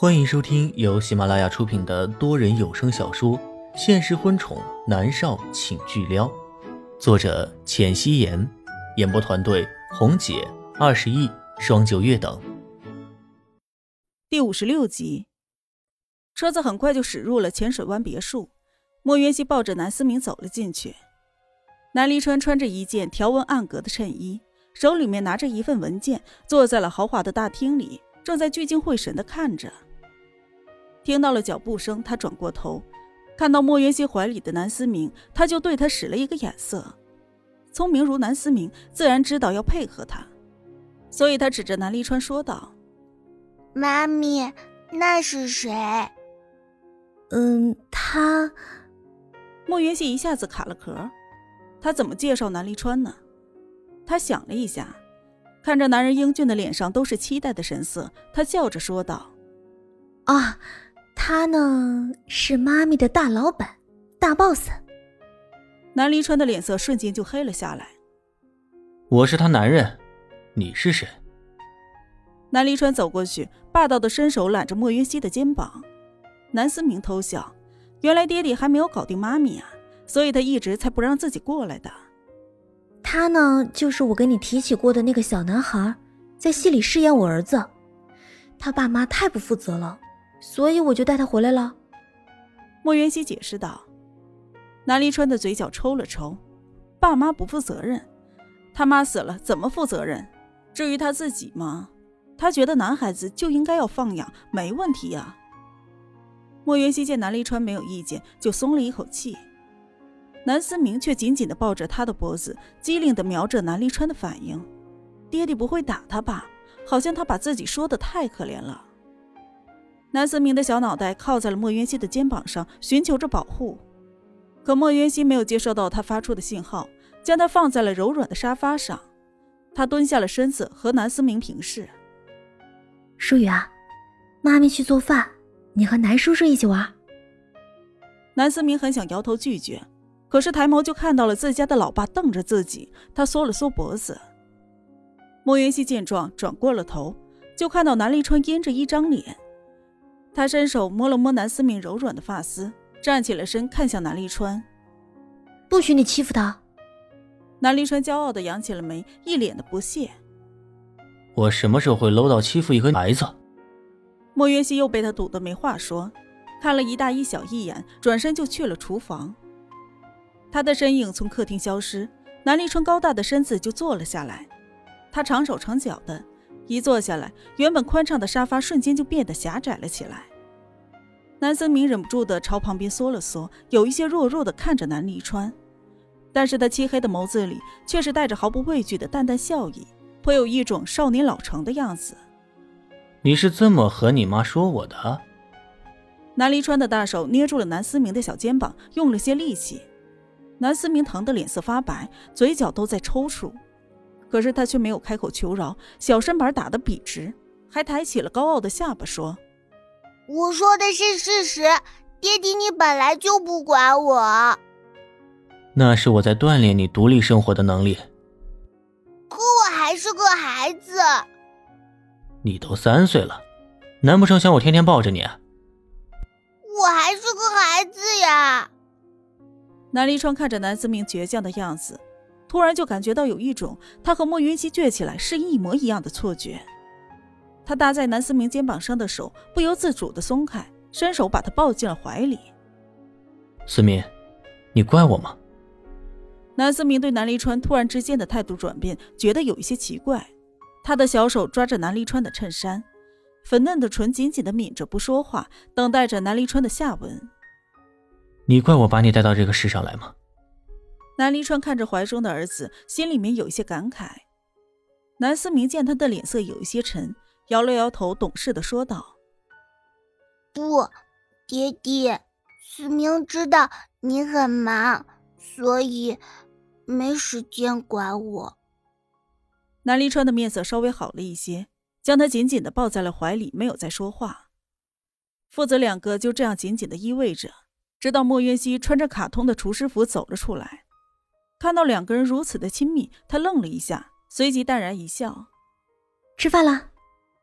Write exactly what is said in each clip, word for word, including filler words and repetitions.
欢迎收听由喜马拉雅出品的多人有声小说《现实婚宠男少请巨撩》，作者浅汐颜，演播团队红姐、二十亿、双九月等。 第五十六集，车子很快就驶入了浅水湾别墅。莫渊熙抱着南思明走了进去。南离川穿着一件条纹暗格的衬衣，手里面拿着一份文件，坐在了豪华的大厅里，正在聚精会神地看着。听到了脚步声，他转过头，看到莫渊熙怀里的南思明，他就对他使了一个眼色。聪明如南思明，自然知道要配合他，所以他指着南离川说道： 妈咪，那是谁？ 嗯，他…… 莫渊熙一下子卡了壳，他怎么介绍南离川呢？他想了一下，看着男人英俊的脸上都是期待的神色，他笑着说道： 啊，他呢是妈咪的大老板，大 boss。 南离川的脸色瞬间就黑了下来。 我是他男人，你是谁？ 南离川走过去，霸道的伸手揽着莫渊熙的肩膀。南思明偷笑，原来爹地还没有搞定妈咪啊，所以他一直才不让自己过来的。 他呢就是我跟你提起过的那个小男孩，在戏里饰演我儿子。他爸妈太不负责了，所以我就带他回来了。 莫渊熙解释道。南离川的嘴角抽了抽，爸妈不负责任，他妈死了怎么负责任？至于他自己吗？他觉得男孩子就应该要放养，没问题啊。莫渊熙见南离川没有意见，就松了一口气。南思明却紧紧地抱着他的脖子，机灵地瞄着南离川的反应。爹地不会打他吧？好像他把自己说得太可怜了。南思明的小脑袋靠在了莫渊熙的肩膀上，寻求着保护。可莫渊熙没有接收到他发出的信号，将他放在了柔软的沙发上。他蹲下了身子，和南思明平视。 舒雨啊，妈咪去做饭，你和南叔叔一起玩。 南思明很想摇头拒绝，可是抬眸就看到了自家的老爸瞪着自己，他缩了缩脖子。莫渊熙见状转过了头，就看到南离川阴着一张脸。他伸手摸了摸南思明柔软的发丝，站起了身，看向南离川。 不许你欺负他。 南离川骄傲地扬起了眉，一脸的不屑。 我什么时候会 low 到欺负一个孩子？ 莫渊熙又被他堵得没话说，看了一大一小一眼，转身就去了厨房。他的身影从客厅消失，南离川高大的身子就坐了下来。他长手长脚的，一坐下来，原本宽敞的沙发瞬间就变得狭窄了起来。南思明忍不住的朝旁边缩了缩，有一些弱弱的看着南离川，但是他漆黑的眸子里却是带着毫不畏惧的淡淡笑意，颇有一种少年老成的样子。 你是这么和你妈说我的？ 南离川的大手捏住了南思明的小肩膀，用了些力气。南思明疼得脸色发白，嘴角都在抽搐，可是他却没有开口求饶，小身板打得笔直，还抬起了高傲的下巴说： 我说的是事实，爹地你本来就不管我。 那是我在锻炼你独立生活的能力。 可我还是个孩子。 你都三岁了，难不成想我天天抱着你？ 我还是个孩子呀。 南离川看着南思明倔强的样子，突然就感觉到有一种他和莫云熙倔起来是一模一样的错觉。他搭在南思明肩膀上的手不由自主地松开，伸手把他抱进了怀里。 思明，你怪我吗？ 南思明对南离川突然之间的态度转变觉得有一些奇怪，他的小手抓着南离川的衬衫，粉嫩的唇紧紧地抿着不说话，等待着南离川的下文。 你怪我把你带到这个世上来吗？ 南离川看着怀中的儿子，心里面有一些感慨。南思明见他的脸色有一些沉，摇了摇头，懂事地说道： 不，爹地，思明知道你很忙，所以没时间管我。 南离川的面色稍微好了一些，将他紧紧地抱在了怀里，没有再说话。父子两个就这样紧紧地依偎着，直到莫渊熙穿着卡通的厨师服走了出来。看到两个人如此的亲密，他愣了一下，随即淡然一笑： 吃饭了。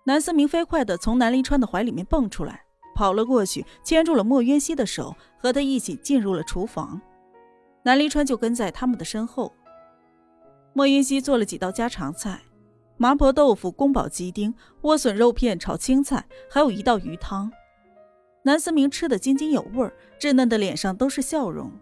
南思明飞快地从南离川的怀里面蹦出来，跑了过去，牵住了莫渊熙的手，和他一起进入了厨房。南离川就跟在他们的身后。莫渊熙做了几道家常菜，麻婆豆腐、宫保鸡丁、莴笋肉片炒青菜，还有一道鱼汤。南思明吃得津津有味，稚嫩的脸上都是笑容。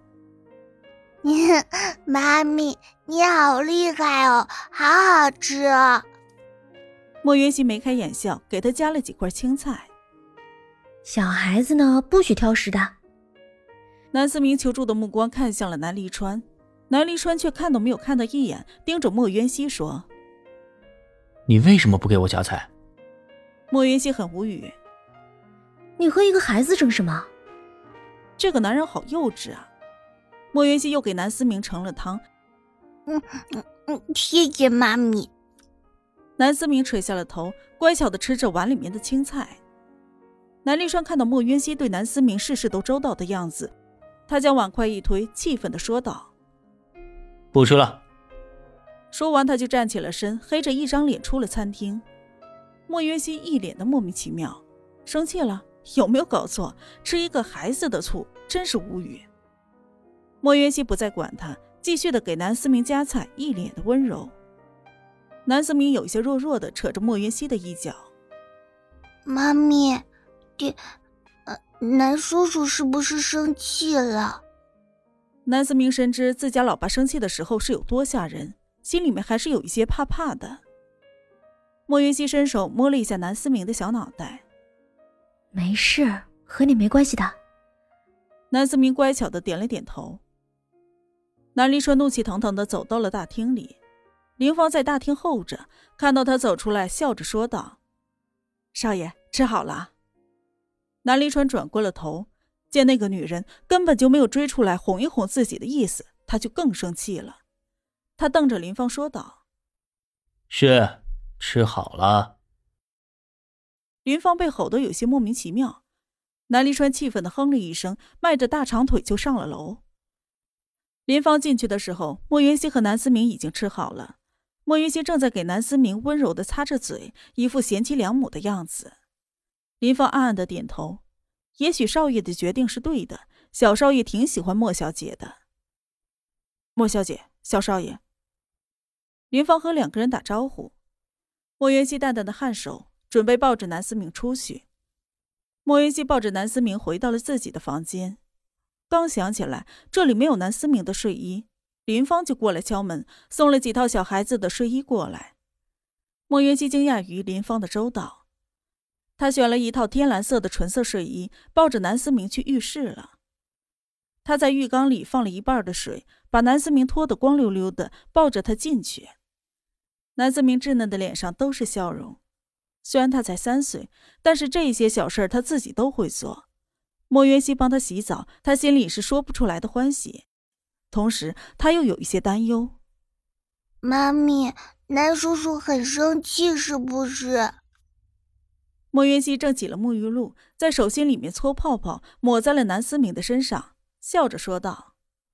妈咪，你好厉害哦，好好吃哦。 莫渊熙眉开眼笑，给他加了几块青菜。 小孩子呢，不许挑食的。 南思明求助的目光看向了南离川，南离川却看都没有看他一眼，盯着莫渊熙说： 你为什么不给我夹菜？ 莫渊熙很无语， 你和一个孩子争什么？ 这个男人好幼稚啊。莫渊熙又给南思明盛了汤。 嗯嗯嗯，谢谢妈咪。 南思明垂下了头，乖巧地吃着碗里面的青菜。南立川看到莫渊熙对南思明事事都周到的样子，他将碗筷一推，气愤地说道： 不吃了。 说完他就站起了身，黑着一张脸出了餐厅。莫渊熙一脸的莫名其妙，生气了？有没有搞错？吃一个孩子的醋，真是无语。莫渊熙不再管他，继续的给南思明夹菜，一脸的温柔。南思明有些弱弱的扯着莫渊熙的衣角： 妈咪，爹，呃，南叔叔是不是生气了？ 南思明深知自家老爸生气的时候是有多吓人，心里面还是有一些怕怕的。莫渊熙伸手摸了一下南思明的小脑袋： 没事，和你没关系的。 南思明乖巧的点了点头。南离川怒气腾腾的走到了大厅里，林芳在大厅候着，看到他走出来，笑着说道：少爷，吃好了。南离川转过了头，见那个女人根本就没有追出来哄一哄自己的意思，他就更生气了。他瞪着林芳说道： 是，吃好了。 林芳被吼得有些莫名其妙，南离川气愤地哼了一声，迈着大长腿就上了楼。林芳进去的时候，莫云熙和南思明已经吃好了。莫云熙正在给南思明温柔地擦着嘴，一副贤妻良母的样子。林芳暗暗地点头，也许少爷的决定是对的，小少爷挺喜欢莫小姐的。莫小姐，小少爷。林芳和两个人打招呼。莫云熙淡淡的颔首，准备抱着南思明出去。莫云熙抱着南思明回到了自己的房间，刚想起来这里没有南思明的睡衣，林芳就过来敲门，送了几套小孩子的睡衣过来。莫云熙惊讶于林芳的周到，他选了一套天蓝色的纯色睡衣，抱着南思明去浴室了。他在浴缸里放了一半的水，把南思明拖得光溜溜的，抱着他进去。南思明稚嫩的脸上都是笑容，虽然他才三岁，但是这些小事他自己都会做。莫云熙帮他洗澡，他心里是说不出来的欢喜，同时他又有一些担忧。 妈咪，南叔叔很生气是不是？ 莫云熙正挤了沐浴露，在手心里面搓泡泡，抹在了南思明的身上，笑着说道：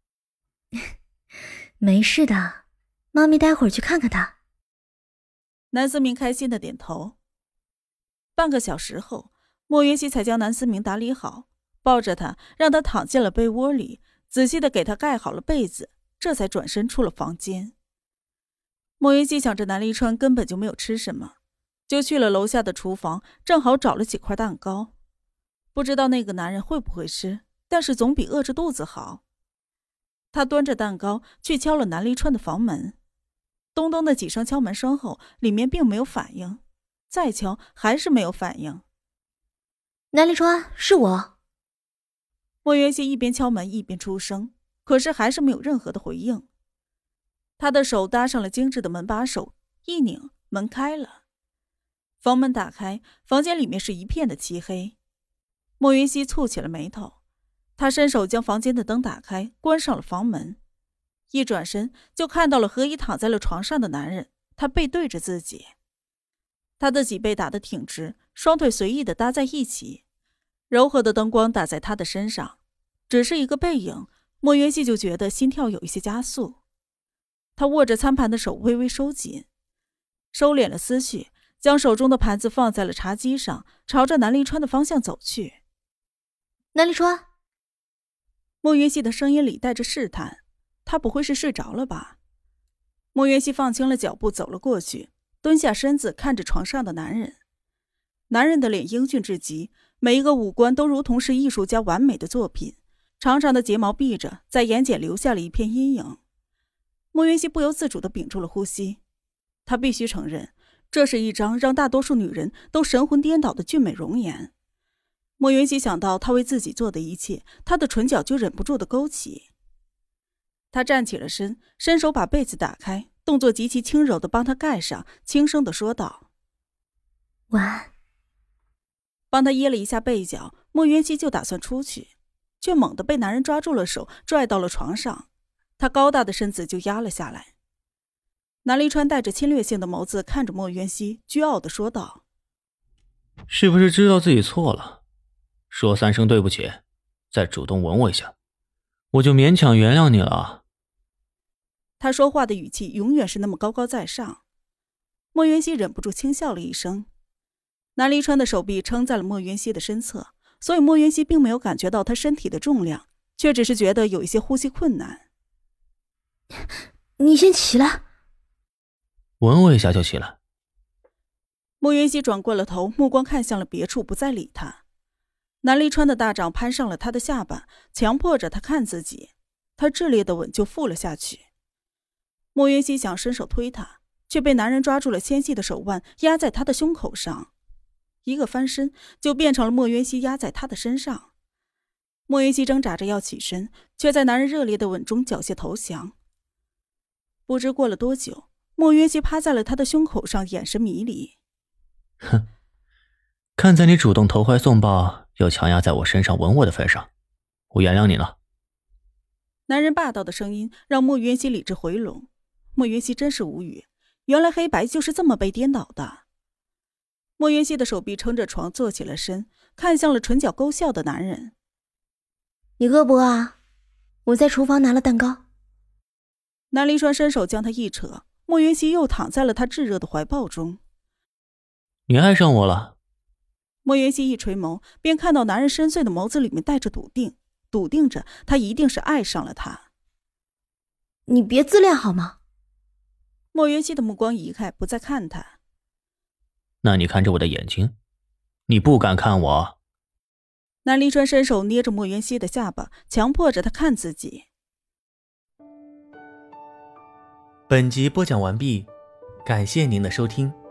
没事的，妈咪待会儿去看看他。 南思明开心的点头。半个小时后，莫云熙才将南思明打理好，抱着他让他躺进了被窝里，仔细的给他盖好了被子，这才转身出了房间。莫云熙想着南离川根本就没有吃什么，就去了楼下的厨房，正好找了几块蛋糕。不知道那个男人会不会吃，但是总比饿着肚子好。他端着蛋糕去敲了南离川的房门，咚咚的几声敲门声后，里面并没有反应，再敲还是没有反应。 南离川，是我。 莫云熙一边敲门一边出声，可是还是没有任何的回应。他的手搭上了精致的门把手，一拧，门开了。房门打开，房间里面是一片的漆黑。莫云熙蹙起了眉头，他伸手将房间的灯打开，关上了房门。一转身就看到了何以躺在了床上的男人，他背对着自己。他的脊背打得挺直，双腿随意地搭在一起，柔和的灯光打在他的身上，只是一个背影，莫云熙就觉得心跳有一些加速。他握着餐盘的手微微收紧，收敛了思绪， 将手中的盘子放在了茶几上，朝着南离川的方向走去。 南离川， 莫云熙的声音里带着试探，他不会是睡着了吧？莫云熙放轻了脚步走了过去，蹲下身子看着床上的男人。男人的脸英俊至极，每一个五官都如同是艺术家完美的作品，长长的睫毛闭着，在眼睑留下了一片阴影。莫云熙不由自主地屏住了呼吸，他必须承认，这是一张让大多数女人都神魂颠倒的俊美容颜。莫云熙想到他为自己做的一切，他的唇角就忍不住地勾起。他站起了身，伸手把被子打开，动作极其轻柔地帮他盖上，轻声地说道： 晚安。 帮他掖了一下被角，莫云熙就打算出去，却猛地被男人抓住了手，拽到了床上。他高大的身子就压了下来。南离川带着侵略性的眸子看着莫云熙，倨傲地说道： 是不是知道自己错了，说三声对不起，再主动吻我一下，我就勉强原谅你了？ 他说话的语气永远是那么高高在上。莫云熙忍不住轻笑了一声。南离川的手臂撑在了莫云熙的身侧，所以莫云熙并没有感觉到他身体的重量，却只是觉得有一些呼吸困难。 你先起来。 吻我一下就起来。 莫云熙转过了头，目光看向了别处，不再理他。南离川的大掌攀上了他的下巴，强迫着他看自己，他炽烈的吻就附了下去。莫云熙想伸手推他，却被男人抓住了纤细的手腕，压在他的胸口上。一个翻身就变成了莫云熙压在他的身上。莫云熙挣扎着要起身，却在男人热烈的吻中缴械投降。不知过了多久，莫云熙趴在了他的胸口上，眼神迷离。 哼，看在你主动投怀送抱又强压在我身上吻我的份上，我原谅你了。 男人霸道的声音让莫云熙理智回笼。莫云熙真是无语，原来黑白就是这么被颠倒的。莫云熙的手臂撑着床坐起了身，看向了唇角勾笑的男人。 你饿不饿啊？我在厨房拿了蛋糕。 南离川伸手将他一扯，莫云熙又躺在了他炙热的怀抱中。 你爱上我了？ 莫云熙一垂眸，便看到男人深邃的眸子里面带着笃定，笃定着他一定是爱上了他。 你别自恋好吗？ 莫云熙的目光移开，不再看他。 那你看着我的眼睛，你不敢看我。 南离川伸手捏着莫云熙的下巴，强迫着他看自己。 本集播讲完毕，感谢您的收听。